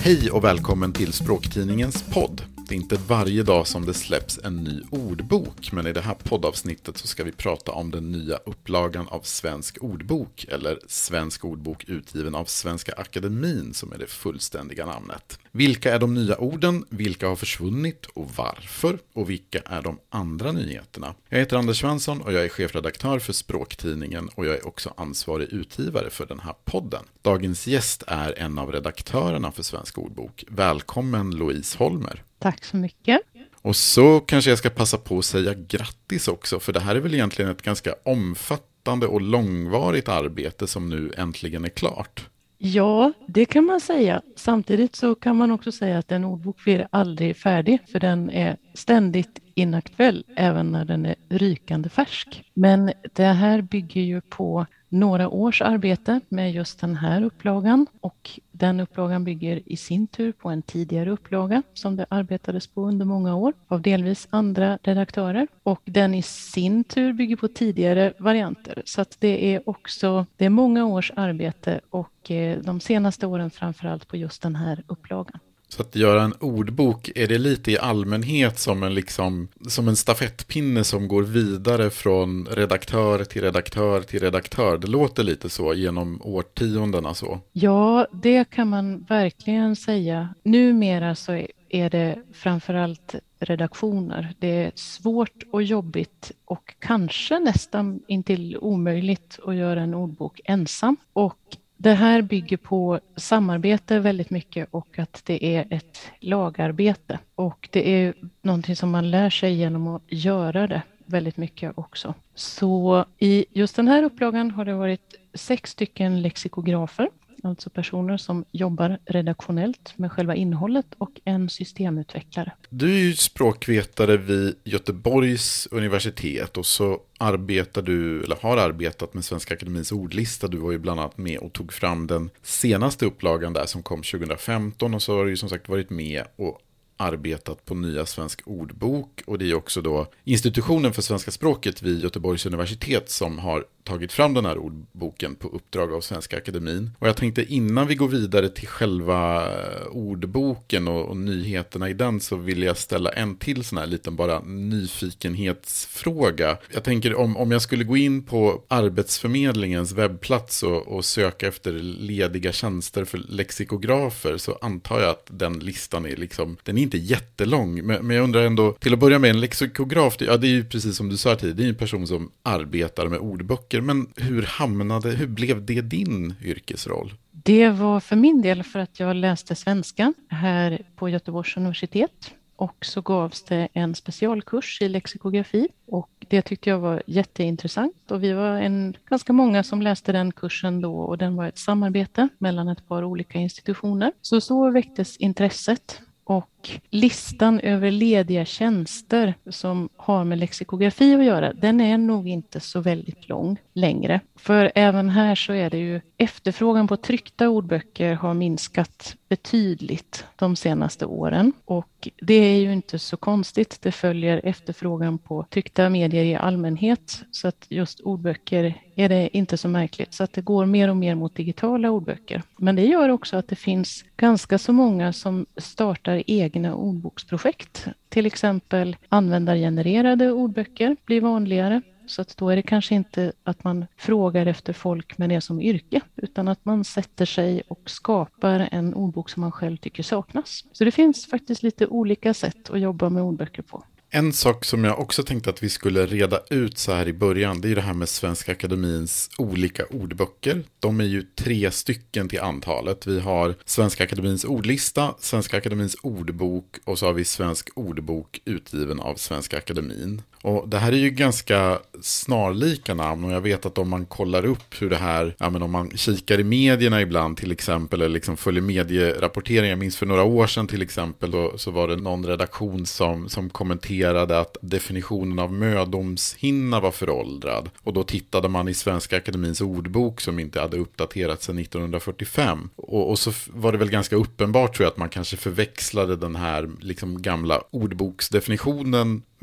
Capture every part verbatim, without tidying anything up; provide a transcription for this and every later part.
Hej och välkommen till Språktidningens podd. Det är inte varje dag som det släpps en ny ordbok, men i det här poddavsnittet så ska vi prata om den nya upplagan av Svensk ordbok, eller Svensk ordbok utgiven av Svenska Akademin som är det fullständiga namnet. Vilka är de nya orden, vilka har försvunnit och varför, och vilka är de andra nyheterna? Jag heter Anders Svensson och jag är chefredaktör för Språktidningen och jag är också ansvarig utgivare för den här podden. Dagens gäst är en av redaktörerna för Svensk ordbok. Välkommen Louise Holmer. Tack så mycket. Och så kanske jag ska passa på att säga grattis också, för det här är väl egentligen ett ganska omfattande och långvarigt arbete som nu äntligen är klart. Ja, det kan man säga. Samtidigt så kan man också säga att en ordbok blir aldrig färdig, för den är ständigt inaktuell även när den är rykande färsk. Men det här bygger ju på några års arbete med just den här upplagan, och den upplagan bygger i sin tur på en tidigare upplaga som det arbetades på under många år av delvis andra redaktörer, och den i sin tur bygger på tidigare varianter. Så att det är också det är många års arbete, och de senaste åren framförallt på just den här upplagan. Så att göra en ordbok, är det lite i allmänhet som en, liksom, som en stafettpinne som går vidare från redaktör till redaktör till redaktör? Det låter lite så genom årtiondena så. Ja, det kan man verkligen säga. Numera så är det framförallt redaktioner. Det är svårt och jobbigt och kanske nästan intill omöjligt att göra en ordbok ensam. Och det här bygger på samarbete väldigt mycket, och att det är ett lagarbete. Och det är någonting som man lär sig genom att göra det väldigt mycket också. Så i just den här upplagan har det varit sex stycken lexikografer, alltså personer som jobbar redaktionellt med själva innehållet, och en systemutvecklare. Du är ju språkvetare vid Göteborgs universitet och så arbetar du, eller har arbetat med Svenska Akademins ordlista. Du var ju bland annat med och tog fram den senaste upplagan där som kom tjugohundrafemton, och så har du ju som sagt varit med och arbetat på nya Svensk ordbok, och det är också då institutionen för svenska språket vid Göteborgs universitet som har tagit fram den här ordboken på uppdrag av Svenska Akademin. Och jag tänkte innan vi går vidare till själva ordboken och, och nyheterna i den, så vill jag ställa en till sån här liten bara nyfikenhetsfråga. Jag tänker om, om jag skulle gå in på Arbetsförmedlingens webbplats och, och söka efter lediga tjänster för lexikografer, så antar jag att den listan är liksom, den är inte jättelång, men, men jag undrar ändå, till att börja med, en lexikograf, det, ja, det är ju precis som du sa tidigare, det är en person som arbetar med ordböcker. Men hur hamnade, hur blev det din yrkesroll? Det var för min del för att jag läste svenska här på Göteborgs universitet, och så gavs det en specialkurs i lexikografi, och det tyckte jag var jätteintressant, och vi var en, ganska många som läste den kursen då, och den var ett samarbete mellan ett par olika institutioner. Så så väcktes intresset. Och listan över lediga tjänster som har med lexikografi att göra, den är nog inte så väldigt lång längre. För även här så är det ju, efterfrågan på tryckta ordböcker har minskat betydligt de senaste åren. Och det är ju inte så konstigt, det följer efterfrågan på tryckta medier i allmänhet. Så att just ordböcker är det inte så märkligt. Så att det går mer och mer mot digitala ordböcker. Men det gör också att det finns ganska så många som startar egna ordboksprojekt. Till exempel användargenererade ordböcker blir vanligare. Så att då är det kanske inte att man frågar efter folk med det som yrke, utan att man sätter sig och skapar en ordbok som man själv tycker saknas. Så det finns faktiskt lite olika sätt att jobba med ordböcker på. En sak som jag också tänkte att vi skulle reda ut så här i början, det är det här med Svenska Akademins olika ordböcker. De är ju tre stycken till antalet. Vi har Svenska Akademins ordlista, Svenska Akademins ordbok, och så har vi Svensk ordbok utgiven av Svenska Akademin. Och det här är ju ganska snarlika namn, och jag vet att om man kollar upp hur det här, ja men om man kikar i medierna ibland till exempel, eller liksom följer medierapporteringar, jag minns för några år sedan till exempel, då, så var det någon redaktion som, som kommenterade att definitionen av mödomshinna var föråldrad. Och då tittade man i Svenska Akademins ordbok som inte hade uppdaterats sedan nittonhundrafyrtiofem. Och, och så var det väl ganska uppenbart tror jag att man kanske förväxlade den här liksom gamla ordboksdefinitionen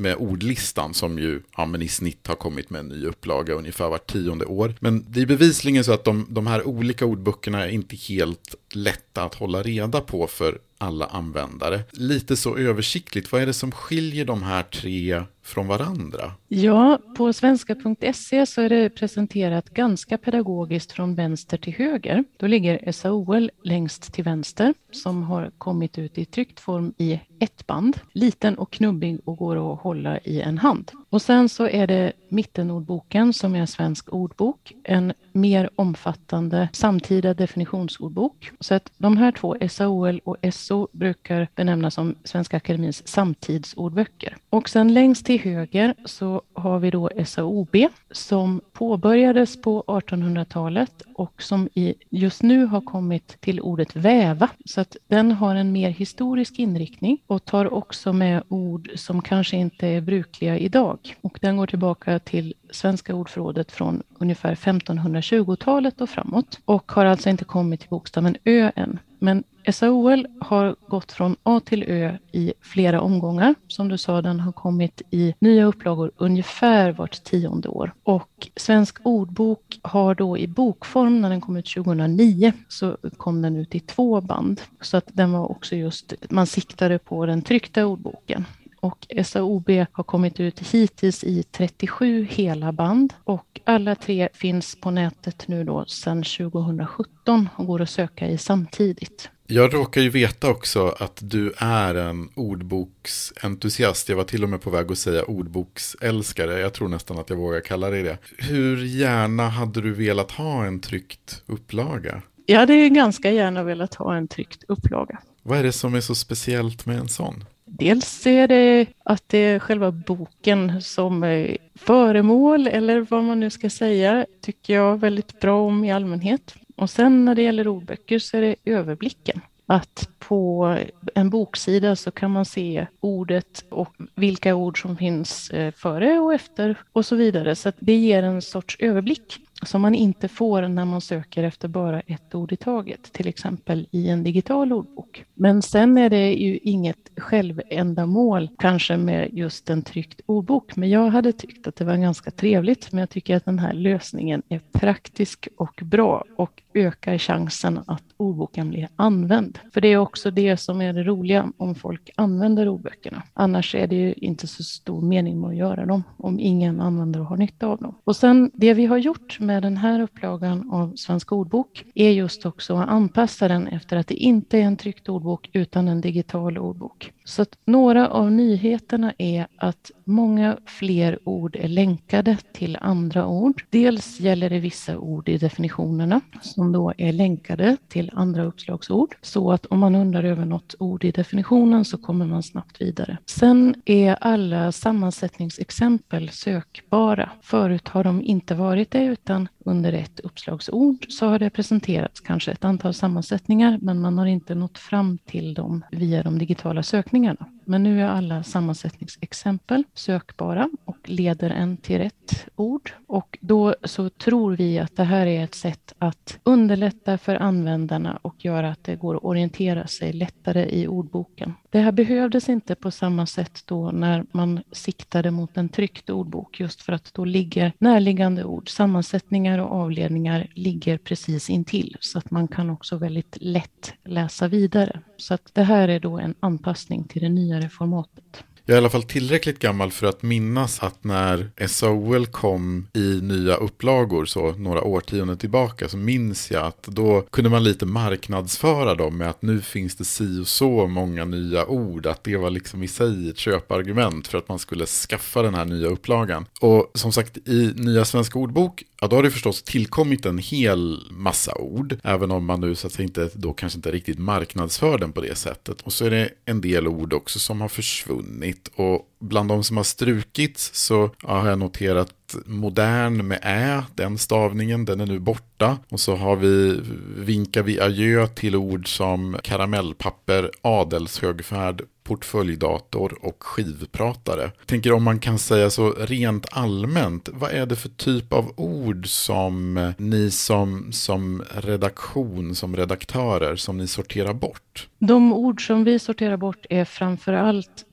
med ordlistan som ju ja, men i snitt har kommit med en ny upplaga ungefär var tionde år. Men det är bevisligen så att de, de här olika ordböckerna är inte helt lätta att hålla reda på för alla användare. Lite så översiktligt, vad är det som skiljer de här tre från varandra? Ja, på svenska punkt se så är det presenterat ganska pedagogiskt från vänster till höger. Då ligger S A O L längst till vänster som har kommit ut i tryckt form i ett band. Liten och knubbig och går att hålla i en hand. Och sen så är det mittenordboken som är svensk ordbok. En mer omfattande samtida definitionsordbok. Så att de här två, S A O L och S O, brukar benämnas som Svenska Akademins samtidsordböcker. Och sen längst till höger så har vi då S A O B som påbörjades på artonhundratalet och som i, just nu har kommit till ordet väva. Så att den har en mer historisk inriktning och tar också med ord som kanske inte är brukliga idag. Och den går tillbaka till Svenska ordförrådet från ungefär femtonhundratjugotalet och framåt och har alltså inte kommit till bokstaven Ö än. Men S A O L har gått från A till Ö i flera omgångar. Som du sa, den har kommit i nya upplagor ungefär vart tionde år. Och Svensk ordbok har då i bokform, när den kom ut tjugohundranio, så kom den ut i två band. Så att den var också just, man siktade på den tryckta ordboken. Och S A O B har kommit ut hittills i trettiosju hela band och alla tre finns på nätet nu då sedan tjugosjutton och går att söka i samtidigt. Jag råkar ju veta också att du är en ordboksentusiast. Jag var till och med på väg att säga ordboksälskare. Jag tror nästan att jag vågar kalla det det. Hur gärna hade du velat ha en tryckt upplaga? Jag hade ganska gärna velat ha en tryckt upplaga. Vad är det som är så speciellt med en sån? Dels är det att det är själva boken som föremål, eller vad man nu ska säga, tycker jag väldigt bra om i allmänhet. Och sen när det gäller ordböcker så är det överblicken. Att på en boksida så kan man se ordet och vilka ord som finns före och efter och så vidare. Så att det ger en sorts överblick som man inte får när man söker efter bara ett ord i taget, till exempel i en digital ordbok. Men sen är det ju inget självändamål kanske med just en tryckt ordbok, men jag hade tyckt att det var ganska trevligt, men jag tycker att den här lösningen är praktisk och bra och ökar chansen att ordboken blir använd. För det är också det som är det roliga om folk använder ordböckerna. Annars är det ju inte så stor mening med att göra dem om ingen använder och har nytta av dem. Och sen det vi har gjort med den här upplagan av Svensk ordbok är just också att anpassa den efter att det inte är en tryckt ordbok utan en digital ordbok. Så att några av nyheterna är att många fler ord är länkade till andra ord. Dels gäller det vissa ord i definitionerna som då är länkade till andra uppslagsord. Så att om man undrar över något ord i definitionen så kommer man snabbt vidare. Sen är alla sammansättningsexempel sökbara. Förut har de inte varit det, utan under ett uppslagsord så har det presenterats kanske ett antal sammansättningar, men man har inte nått fram till dem via de digitala sökningarna. Men nu är alla sammansättningsexempel sökbara och leder en till rätt ord. Och då så tror vi att det här är ett sätt att underlätta för användarna och göra att det går att orientera sig lättare i ordboken. Det här behövdes inte på samma sätt då när man siktade mot en tryckt ordbok, just för att då ligger närliggande ord, sammansättningar och avledningar ligger precis intill, så att man kan också väldigt lätt läsa vidare. Så att det här är då en anpassning till det nyare formatet. Jag är i alla fall tillräckligt gammal för att minnas att när S A O L kom i nya upplagor så några årtionden tillbaka, så minns jag att då kunde man lite marknadsföra dem med att nu finns det si och så många nya ord, att det var liksom i sig ett köpargument för att man skulle skaffa den här nya upplagan. Och som sagt, i nya Svenska ordbok, ja, då har det förstås tillkommit en hel massa ord, även om man nu så att säga inte, då kanske inte riktigt marknadsför den på det sättet. Och så är det en del ord också som har försvunnit. Och bland de som har strukits så har jag noterat modern med ä, den stavningen, den är nu borta. Och så har vi, vinkar vi adjö till ord som karamellpapper, adelshögfärd, portföljdator och skivpratare. Jag tänker om man kan säga så rent allmänt, vad är det för typ av ord som ni som, som redaktion, som redaktörer, som ni sorterar bort? De ord som vi sorterar bort är framför allt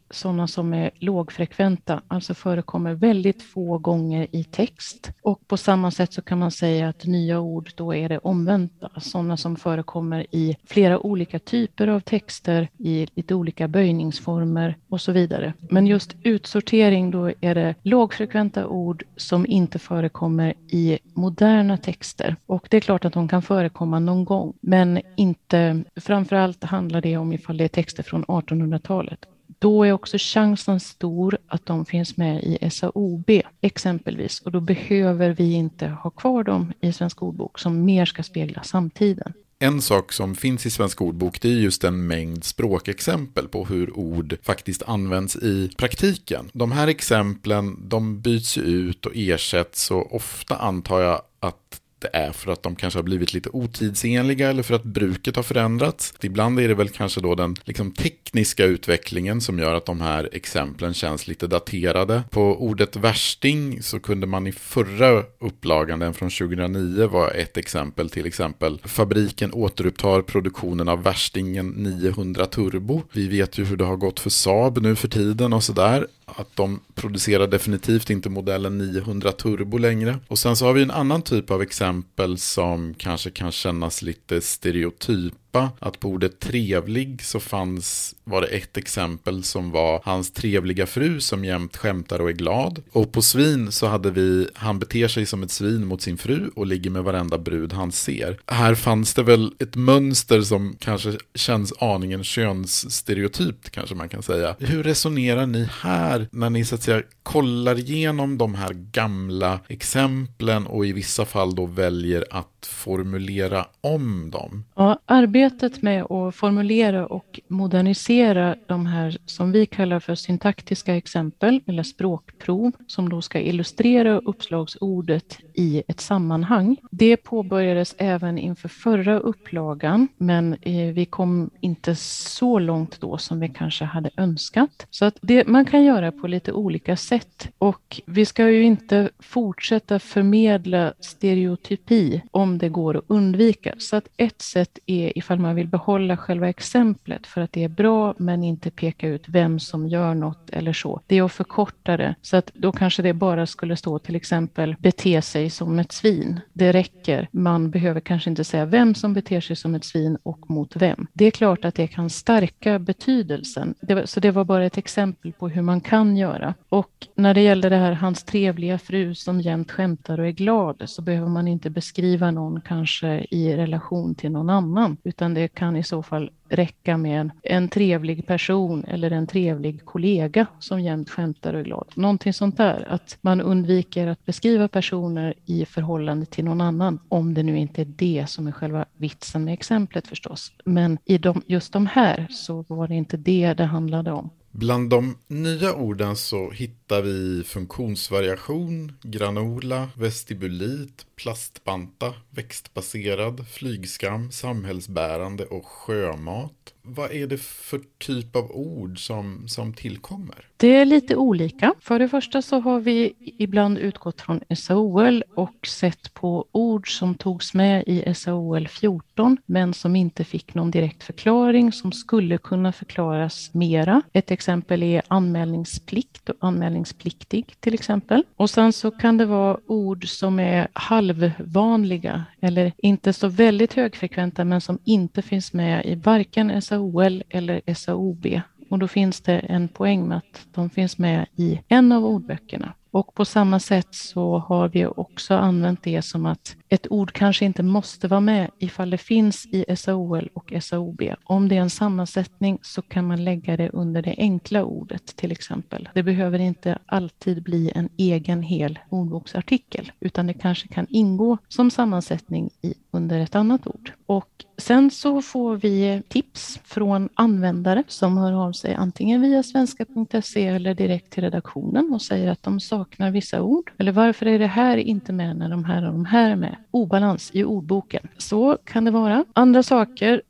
sådana som är lågfrekventa, alltså förekommer väldigt få gånger i text. Och på samma sätt så kan man säga att nya ord då är det omvända, sådana som förekommer i flera olika typer av texter, i lite olika böjningsformer och så vidare. Men just utsortering, då är det lågfrekventa ord som inte förekommer i moderna texter. Och det är klart att de kan förekomma någon gång, men inte, framförallt handlar det om ifall det är texter från artonhundratalet. Då är också chansen stor att de finns med i S A O B exempelvis, och då behöver vi inte ha kvar dem i Svensk ordbok som mer ska spegla samtiden. En sak som finns i Svensk ordbok, det är just en mängd språkexempel på hur ord faktiskt används i praktiken. De här exemplen, de byts ut och ersätts, och ofta antar jag att det är för att de kanske har blivit lite otidsenliga eller för att bruket har förändrats. Ibland är det väl kanske då den liksom tekniska utvecklingen som gör att de här exemplen känns lite daterade. På ordet värsting så kunde man i förra upplagan, den från tjugohundranio, var ett exempel, till exempel: fabriken återupptar produktionen av värstingen niohundra turbo. Vi vet ju hur det har gått för Saab nu för tiden och sådär. Att de producerar definitivt inte modellen niohundra turbo längre. Och sen så har vi en annan typ av exempel som kanske kan kännas lite stereotypa. Att på ordet trevlig så fanns, var det ett exempel som var hans trevliga fru som jämt skämtar och är glad. Och på svin så hade vi han beter sig som ett svin mot sin fru och ligger med varenda brud han ser. Här fanns det väl ett mönster som kanske känns aningen könsstereotypt, kanske man kan säga. Hur resonerar ni här när ni så att säga kollar igenom de här gamla exemplen och i vissa fall då väljer att formulera om dem? Ja, arbetet med att formulera och modernisera de här som vi kallar för syntaktiska exempel eller språkprov, som då ska illustrera uppslagsordet i ett sammanhang. Det påbörjades även inför förra upplagan, men eh, vi kom inte så långt då som vi kanske hade önskat. Så att det man kan göra på lite olika sätt, och vi ska ju inte fortsätta förmedla stereotypi om det går att undvika. Så att ett sätt är, ifall man vill behålla själva exemplet för att det är bra men inte peka ut vem som gör något eller så, det är att förkorta det. Så att då kanske det bara skulle stå till exempel bete sig som ett svin. Det räcker. Man behöver kanske inte säga vem som beter sig som ett svin och mot vem. Det är klart att det kan stärka betydelsen. Det var, så det var bara ett exempel på hur man kan göra. Och när det gäller det här hans trevliga fru som jämt skämtar och är glad, så behöver man inte beskriva någon kanske i relation till någon annan, utan det kan i så fall räcka med en, en trevlig person eller en trevlig kollega som jämt skämtar och är glad. Någonting sånt där, att man undviker att beskriva personer i förhållande till någon annan, om det nu inte är det som är själva vitsen med exemplet förstås. Men i de, just de här så var det inte det det handlade om. Bland de nya orden så hittar vi funktionsvariation, granola, vestibulit, plastbanta, växtbaserad, flygskam, samhällsbärande och sjömat. Vad är det för typ av ord som, som tillkommer? Det är lite olika. För det första så har vi ibland utgått från S A O L och sett på ord som togs med i S A O L fjorton men som inte fick någon direkt förklaring, som skulle kunna förklaras mera. Ett exempel är anmälningsplikt och anmälningspliktig till exempel. Och sen så kan det vara ord som är halvvanliga eller inte så väldigt högfrekventa men som inte finns med i varken S A O L eller S A O B. Och då finns det en poäng med att de finns med i en av ordböckerna. Och på samma sätt så har vi också använt det som att ett ord kanske inte måste vara med ifall det finns i S A O L och S A O B. Om det är en sammansättning så kan man lägga det under det enkla ordet till exempel. Det behöver inte alltid bli en egen hel ordboksartikel, utan det kanske kan ingå som sammansättning i, under ett annat ord. Och sen så får vi tips från användare som hör av sig antingen via svenska punkt se eller direkt till redaktionen och säger att de saknar vissa ord. Eller varför är det här inte med när de här och de här är med? Obalans i ordboken. Så kan det vara. Andra saker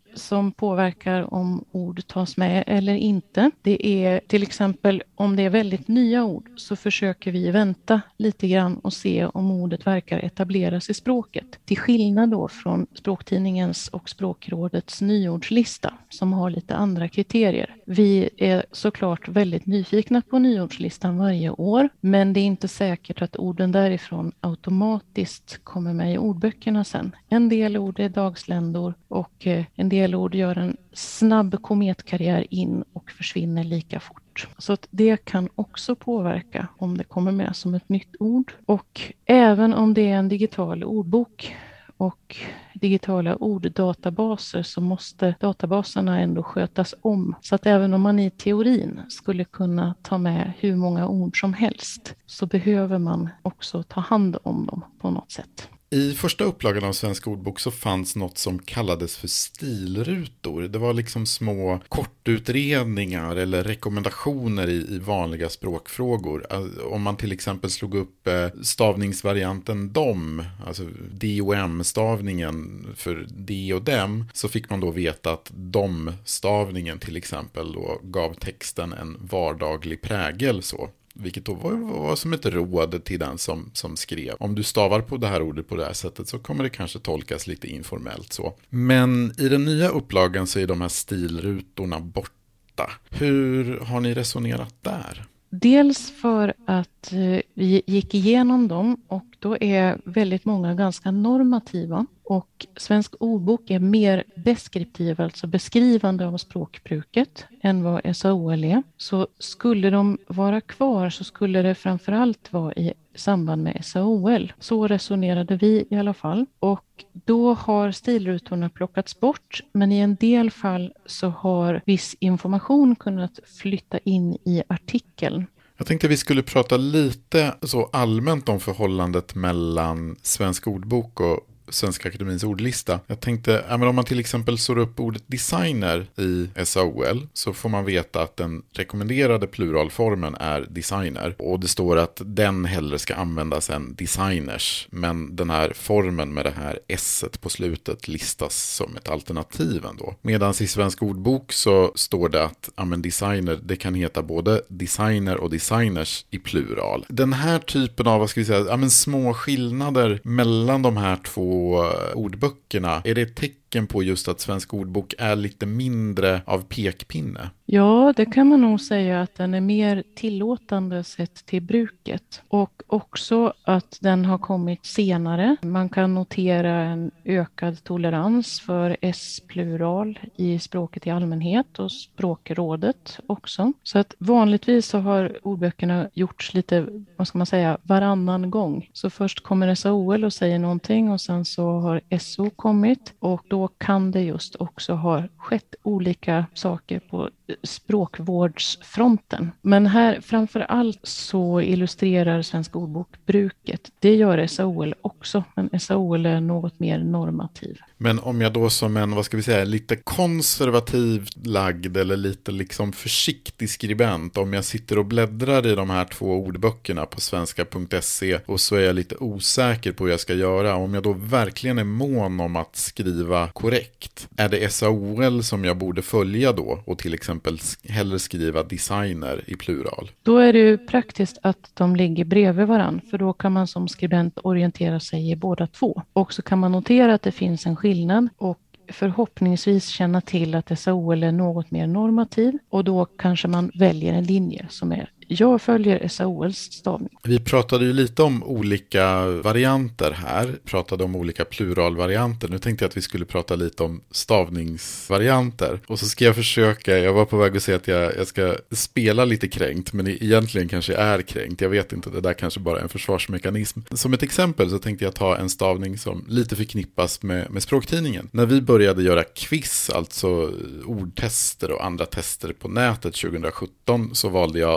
som påverkar om ord tas med eller inte. Det är till exempel om det är väldigt nya ord så försöker vi vänta lite grann och se om ordet verkar etableras i språket. Till skillnad då från Språktidningens och Språkrådets nyordslista som har lite andra kriterier. Vi är såklart väldigt nyfikna på nyordslistan varje år, men det är inte säkert att orden därifrån automatiskt kommer med i ordböckerna sen. En del ord är dagsländor och en del ord gör en snabb kometkarriär in och försvinner lika fort. Så att det kan också påverka om det kommer med som ett nytt ord. Och även om det är en digital ordbok och digitala orddatabaser så måste databaserna ändå skötas om. Så att även om man i teorin skulle kunna ta med hur många ord som helst så behöver man också ta hand om dem på något sätt. I första upplagan av Svensk ordbok så fanns något som kallades för stilrutor. Det var liksom små kortutredningar eller rekommendationer i, i vanliga språkfrågor. Om man till exempel slog upp stavningsvarianten dom, alltså D O M-stavningen för de och dem, så fick man då veta att dom-stavningen till exempel då gav texten en vardaglig prägel så. Vilket då var, var som ett råd till den som, som skrev. Om du stavar på det här ordet på det här sättet så kommer det kanske tolkas lite informellt så. Men i den nya upplagan så är de här stilrutorna borta. Hur har ni resonerat där? Dels för att vi gick igenom dem och då är väldigt många ganska normativa. Och Svensk ordbok är mer deskriptiv, alltså beskrivande av språkbruket än vad S A O L är. Så skulle de vara kvar så skulle det framförallt vara i samband med S A O L. Så resonerade vi i alla fall. Och då har stilrutorna plockats bort, men i en del fall så har viss information kunnat flytta in i artikeln. Jag tänkte vi skulle prata lite så allmänt om förhållandet mellan Svensk ordbok och Svenska Akademins ordlista. Jag tänkte, ja, men om man till exempel slår upp ordet designer i S A O L så får man veta att den rekommenderade pluralformen är designer. Och det står att den hellre ska användas än designers. Men den här formen med det här s-et på slutet listas som ett alternativ ändå. Medan i Svensk ordbok så står det att ja, men designer, det kan heta både designer och designers i plural. Den här typen av, vad ska vi säga, ja, men små skillnader mellan de här två ordböckerna, är det ett tecken på just att Svensk ordbok är lite mindre av pekpinne? Ja, det kan man nog säga att den är mer tillåtande sett till bruket. Och också att den har kommit senare. Man kan notera en ökad tolerans för S-plural i språket i allmänhet och språkrådet också. Så att vanligtvis så har ordböckerna gjorts lite, vad ska man säga, varannan gång. Så först kommer S A O L och säger någonting och sen så har S O kommit och då kan det just också ha skett olika saker på språkvårdsfronten. Men här framför allt så illustrerar Svensk ordbok bruket. Det gör S A O L också, men S A O L är något mer normativ. Men om jag då som en, vad ska vi säga, lite konservativ lagd eller lite liksom försiktig skribent, om jag sitter och bläddrar i de här två ordböckerna på svenska punkt se och så är jag lite osäker på hur jag ska göra, om jag då verkligen är mån om att skriva korrekt, är det S A O L som jag borde följa då och till exempel hellre skriva designer i plural? Då är det ju praktiskt att de ligger bredvid varann, för då kan man som skribent orientera sig i båda två. Och så kan man notera att det finns en skillnad och förhoppningsvis känna till att S A O L är något mer normativ och då kanske man väljer en linje som är jag följer S A O L:s stavning. Vi pratade ju lite om olika varianter här. Pratade om olika pluralvarianter. Nu tänkte jag att vi skulle prata lite om stavningsvarianter. Och så ska jag försöka, jag var på väg att säga att jag, jag ska spela lite kränkt. Men egentligen kanske är kränkt. Jag vet inte, det där kanske bara är en försvarsmekanism. Som ett exempel så tänkte jag ta en stavning som lite förknippas med, med Språktidningen. När vi började göra quiz, alltså ordtester och andra tester på nätet tjugo sjutton, så valde jag stavning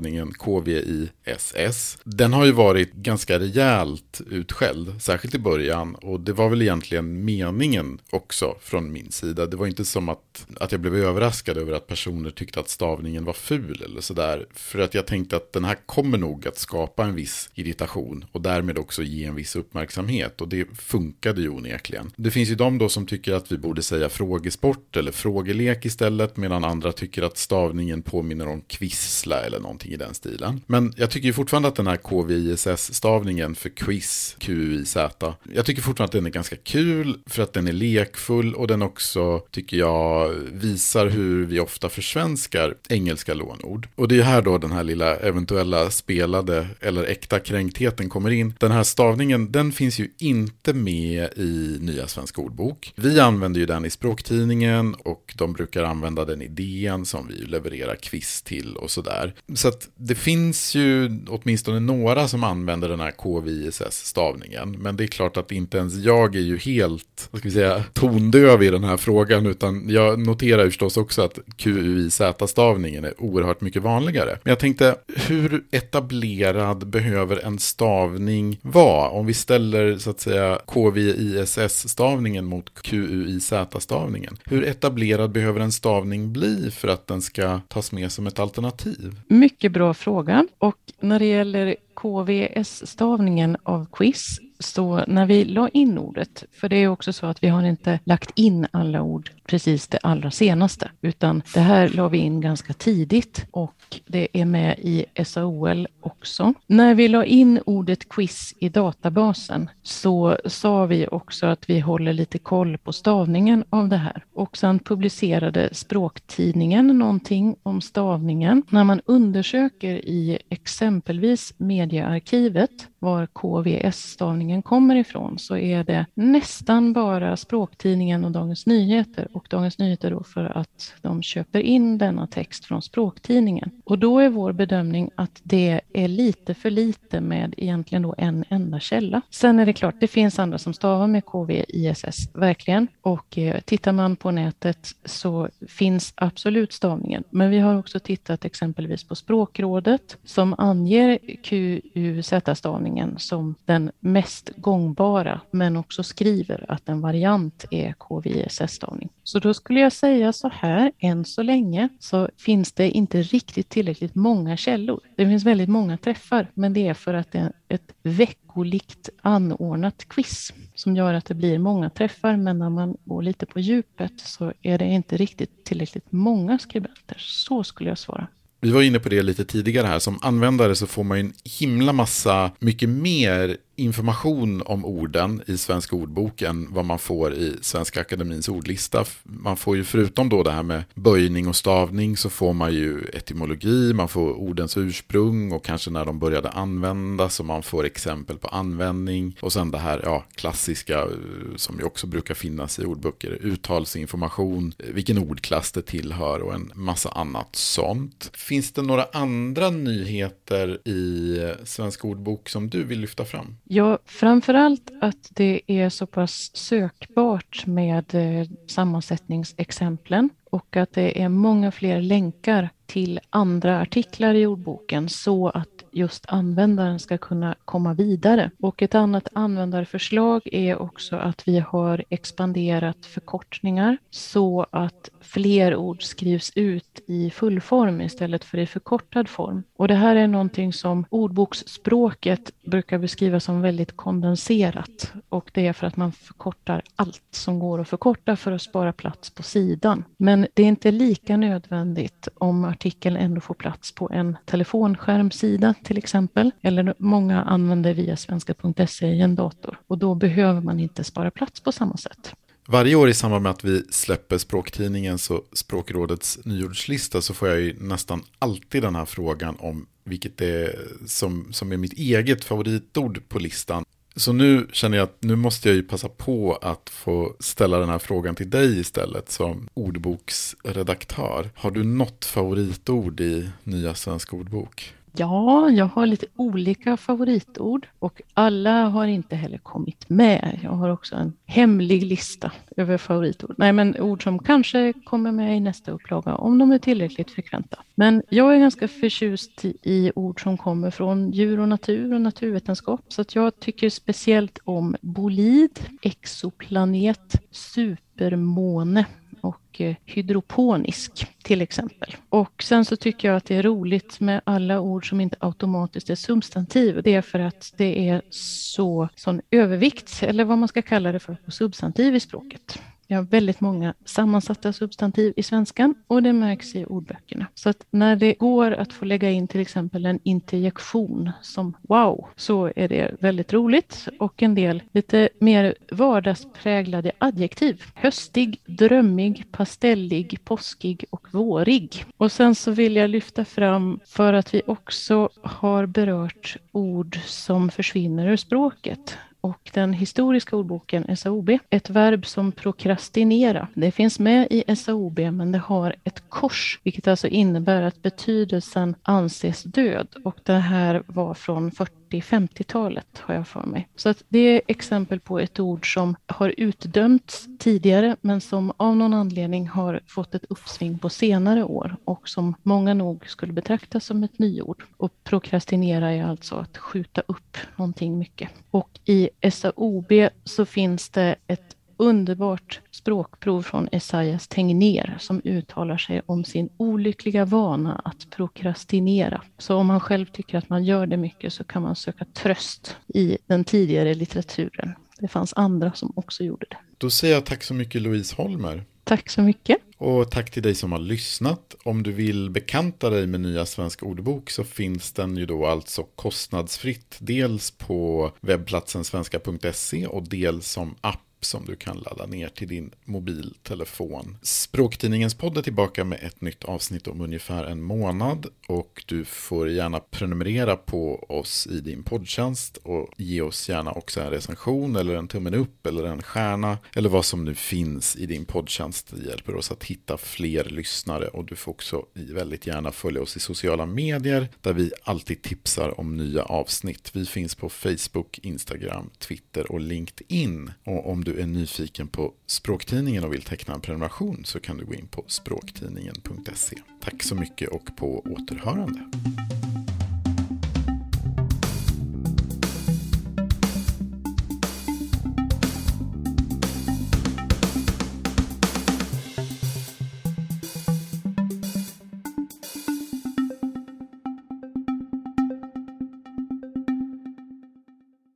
stavningen K V I S S. Den har ju varit ganska rejält utskälld, särskilt i början, och det var väl egentligen meningen också från min sida. Det var inte som att, att jag blev överraskad över att personer tyckte att stavningen var ful eller sådär, för att jag tänkte att den här kommer nog att skapa en viss irritation och därmed också ge en viss uppmärksamhet, och det funkade ju onekligen. Det finns ju de då som tycker att vi borde säga frågesport eller frågelek istället, medan andra tycker att stavningen påminner om kvissla eller någonting i den stilen. Men jag tycker ju fortfarande att den här K V I S S-stavningen för quiz, Q U I Z, jag tycker fortfarande att den är ganska kul för att den är lekfull, och den också, tycker jag, visar hur vi ofta försvenskar engelska lånord. Och det är här då den här lilla eventuella spelade eller äkta kränktheten kommer in. Den här stavningen, den finns ju inte med i Nya Svenska Ordbok. Vi använder ju den i Språktidningen, och de brukar använda den i D N som vi levererar quiz till och sådär. Så att det finns ju åtminstone några som använder den här K V I S S-stavningen. Men det är klart att inte ens jag är ju helt, vad ska vi säga, tondöv i den här frågan, utan jag noterar ju förstås också att Q U I Z-stavningen är oerhört mycket vanligare. Men jag tänkte, hur etablerad behöver en stavning vara? Om vi ställer så att säga K V I S S-stavningen mot Q U I Z-stavningen. Hur etablerad behöver en stavning bli för att den ska tas med som ett alternativ? Mycket bra fråga. Och när det gäller K V S-stavningen av quiz, så när vi la in ordet, för det är också så att vi har inte lagt in alla ord precis det allra senaste, utan det här la vi in ganska tidigt, och det är med i S A O L också. När vi la in ordet quiz i databasen så sa vi också att vi håller lite koll på stavningen av det här, och sen publicerade Språktidningen någonting om stavningen. När man undersöker i exempelvis Mediearkivet var K V S-stavningen kommer ifrån, så är det nästan bara Språktidningen och Dagens Nyheter, och Dagens Nyheter då för att de köper in denna text från Språktidningen. Och då är vår bedömning att det är lite för lite med egentligen då en enda källa. Sen är det klart, det finns andra som stavar med K V I S S, verkligen. Och eh, tittar man på nätet så finns absolut stavningen. Men vi har också tittat exempelvis på Språkrådet som anger Q U Z-stavningen som den mest gångbara, men också skriver att en variant är K V I S S-stavning. Så då skulle jag säga så här, än så länge så finns det inte riktigt tillräckligt många källor. Det finns väldigt många träffar, men det är för att det är ett veckolikt anordnat quiz som gör att det blir många träffar, men när man går lite på djupet så är det inte riktigt tillräckligt många skribenter. Så skulle jag svara. Vi var inne på det lite tidigare här. Som användare så får man en himla massa, mycket mer information om orden i Svenska Ordbok än vad man får i Svenska Akademins ordlista. Man får ju förutom då det här med böjning och stavning så får man ju etymologi, man får ordens ursprung och kanske när de började användas, och man får exempel på användning, och sen det här ja, klassiska som ju också brukar finnas i ordböcker, uttalsinformation, vilken ordklass det tillhör och en massa annat sånt. Finns det några andra nyheter i Svenska Ordbok som du vill lyfta fram? Ja, framförallt att det är så pass sökbart med eh, sammansättningsexemplen, och att det är många fler länkar till andra artiklar i ordboken så att just användaren ska kunna komma vidare. Och ett annat användarförslag är också att vi har expanderat förkortningar så att fler ord skrivs ut i fullform istället för i förkortad form. Och det här är någonting som ordboksspråket brukar beskriva som väldigt kondenserat, och det är för att man förkortar allt som går att förkorta för att spara plats på sidan. Men det är inte lika nödvändigt om artikeln ändå får plats på en telefonskärmsida till exempel, eller många använder via svenska punkt se i en dator, och då behöver man inte spara plats på samma sätt. Varje år i samband med att vi släpper Språktidningens och Språkrådets nyordslista så får jag ju nästan alltid den här frågan om vilket det är som, som är mitt eget favoritord på listan. Så nu känner jag att nu måste jag ju passa på att få ställa den här frågan till dig istället som ordboksredaktör. Har du något favoritord i Nya Svenska Ordbok? Ja, jag har lite olika favoritord och alla har inte heller kommit med. Jag har också en hemlig lista över favoritord. Nej, men ord som kanske kommer med i nästa upplaga om de är tillräckligt frekventa. Men jag är ganska förtjust i ord som kommer från djur och natur och naturvetenskap. Så att jag tycker speciellt om bolid, exoplanet, supermåne och hydroponisk till exempel. Och sen så tycker jag att det är roligt med alla ord som inte automatiskt är substantiv. Det är för att det är så sån övervikt, eller vad man ska kalla det för, på substantiv i språket. Vi har väldigt många sammansatta substantiv i svenskan och det märks i ordböckerna. Så att när det går att få lägga in till exempel en interjektion som wow, så är det väldigt roligt. Och en del lite mer vardagspräglade adjektiv. Höstig, drömmig, pastellig, påskig och vårig. Och sen så vill jag lyfta fram, för att vi också har berört ord som försvinner ur språket. Och den historiska ordboken S A O B, ett verb som prokrastinera. Det finns med i S A O B, men det har ett kors, vilket alltså innebär att betydelsen anses död. Och det här var från fyrtio-femtiotalet har jag för mig. Så att det är exempel på ett ord som har utdömts tidigare, men som av någon anledning har fått ett uppsving på senare år och som många nog skulle betrakta som ett nyord. Och prokrastinera är alltså att skjuta upp någonting mycket. Och i S A O B så finns det ett underbart språkprov från Esaias Tegnér som uttalar sig om sin olyckliga vana att prokrastinera. Så om man själv tycker att man gör det mycket så kan man söka tröst i den tidigare litteraturen. Det fanns andra som också gjorde det. Då säger jag tack så mycket Louise Holmer. Tack så mycket. Och tack till dig som har lyssnat. Om du vill bekanta dig med Nya Svenska Ordbok så finns den ju då alltså kostnadsfritt. Dels på webbplatsen svenska punkt se och dels som app som du kan ladda ner till din mobiltelefon. Språktidningens podd är tillbaka med ett nytt avsnitt om ungefär en månad och du får gärna prenumerera på oss i din poddtjänst och ge oss gärna också en recension eller en tummen upp eller en stjärna eller vad som nu finns i din poddtjänst. Det hjälper oss att hitta fler lyssnare och du får också väldigt gärna följa oss i sociala medier där vi alltid tipsar om nya avsnitt. Vi finns på Facebook, Instagram, Twitter och LinkedIn. Och om du är nyfiken på Språktidningen och vill teckna en prenumeration så kan du gå in på språktidningen punkt se. Tack så mycket och på återhörande.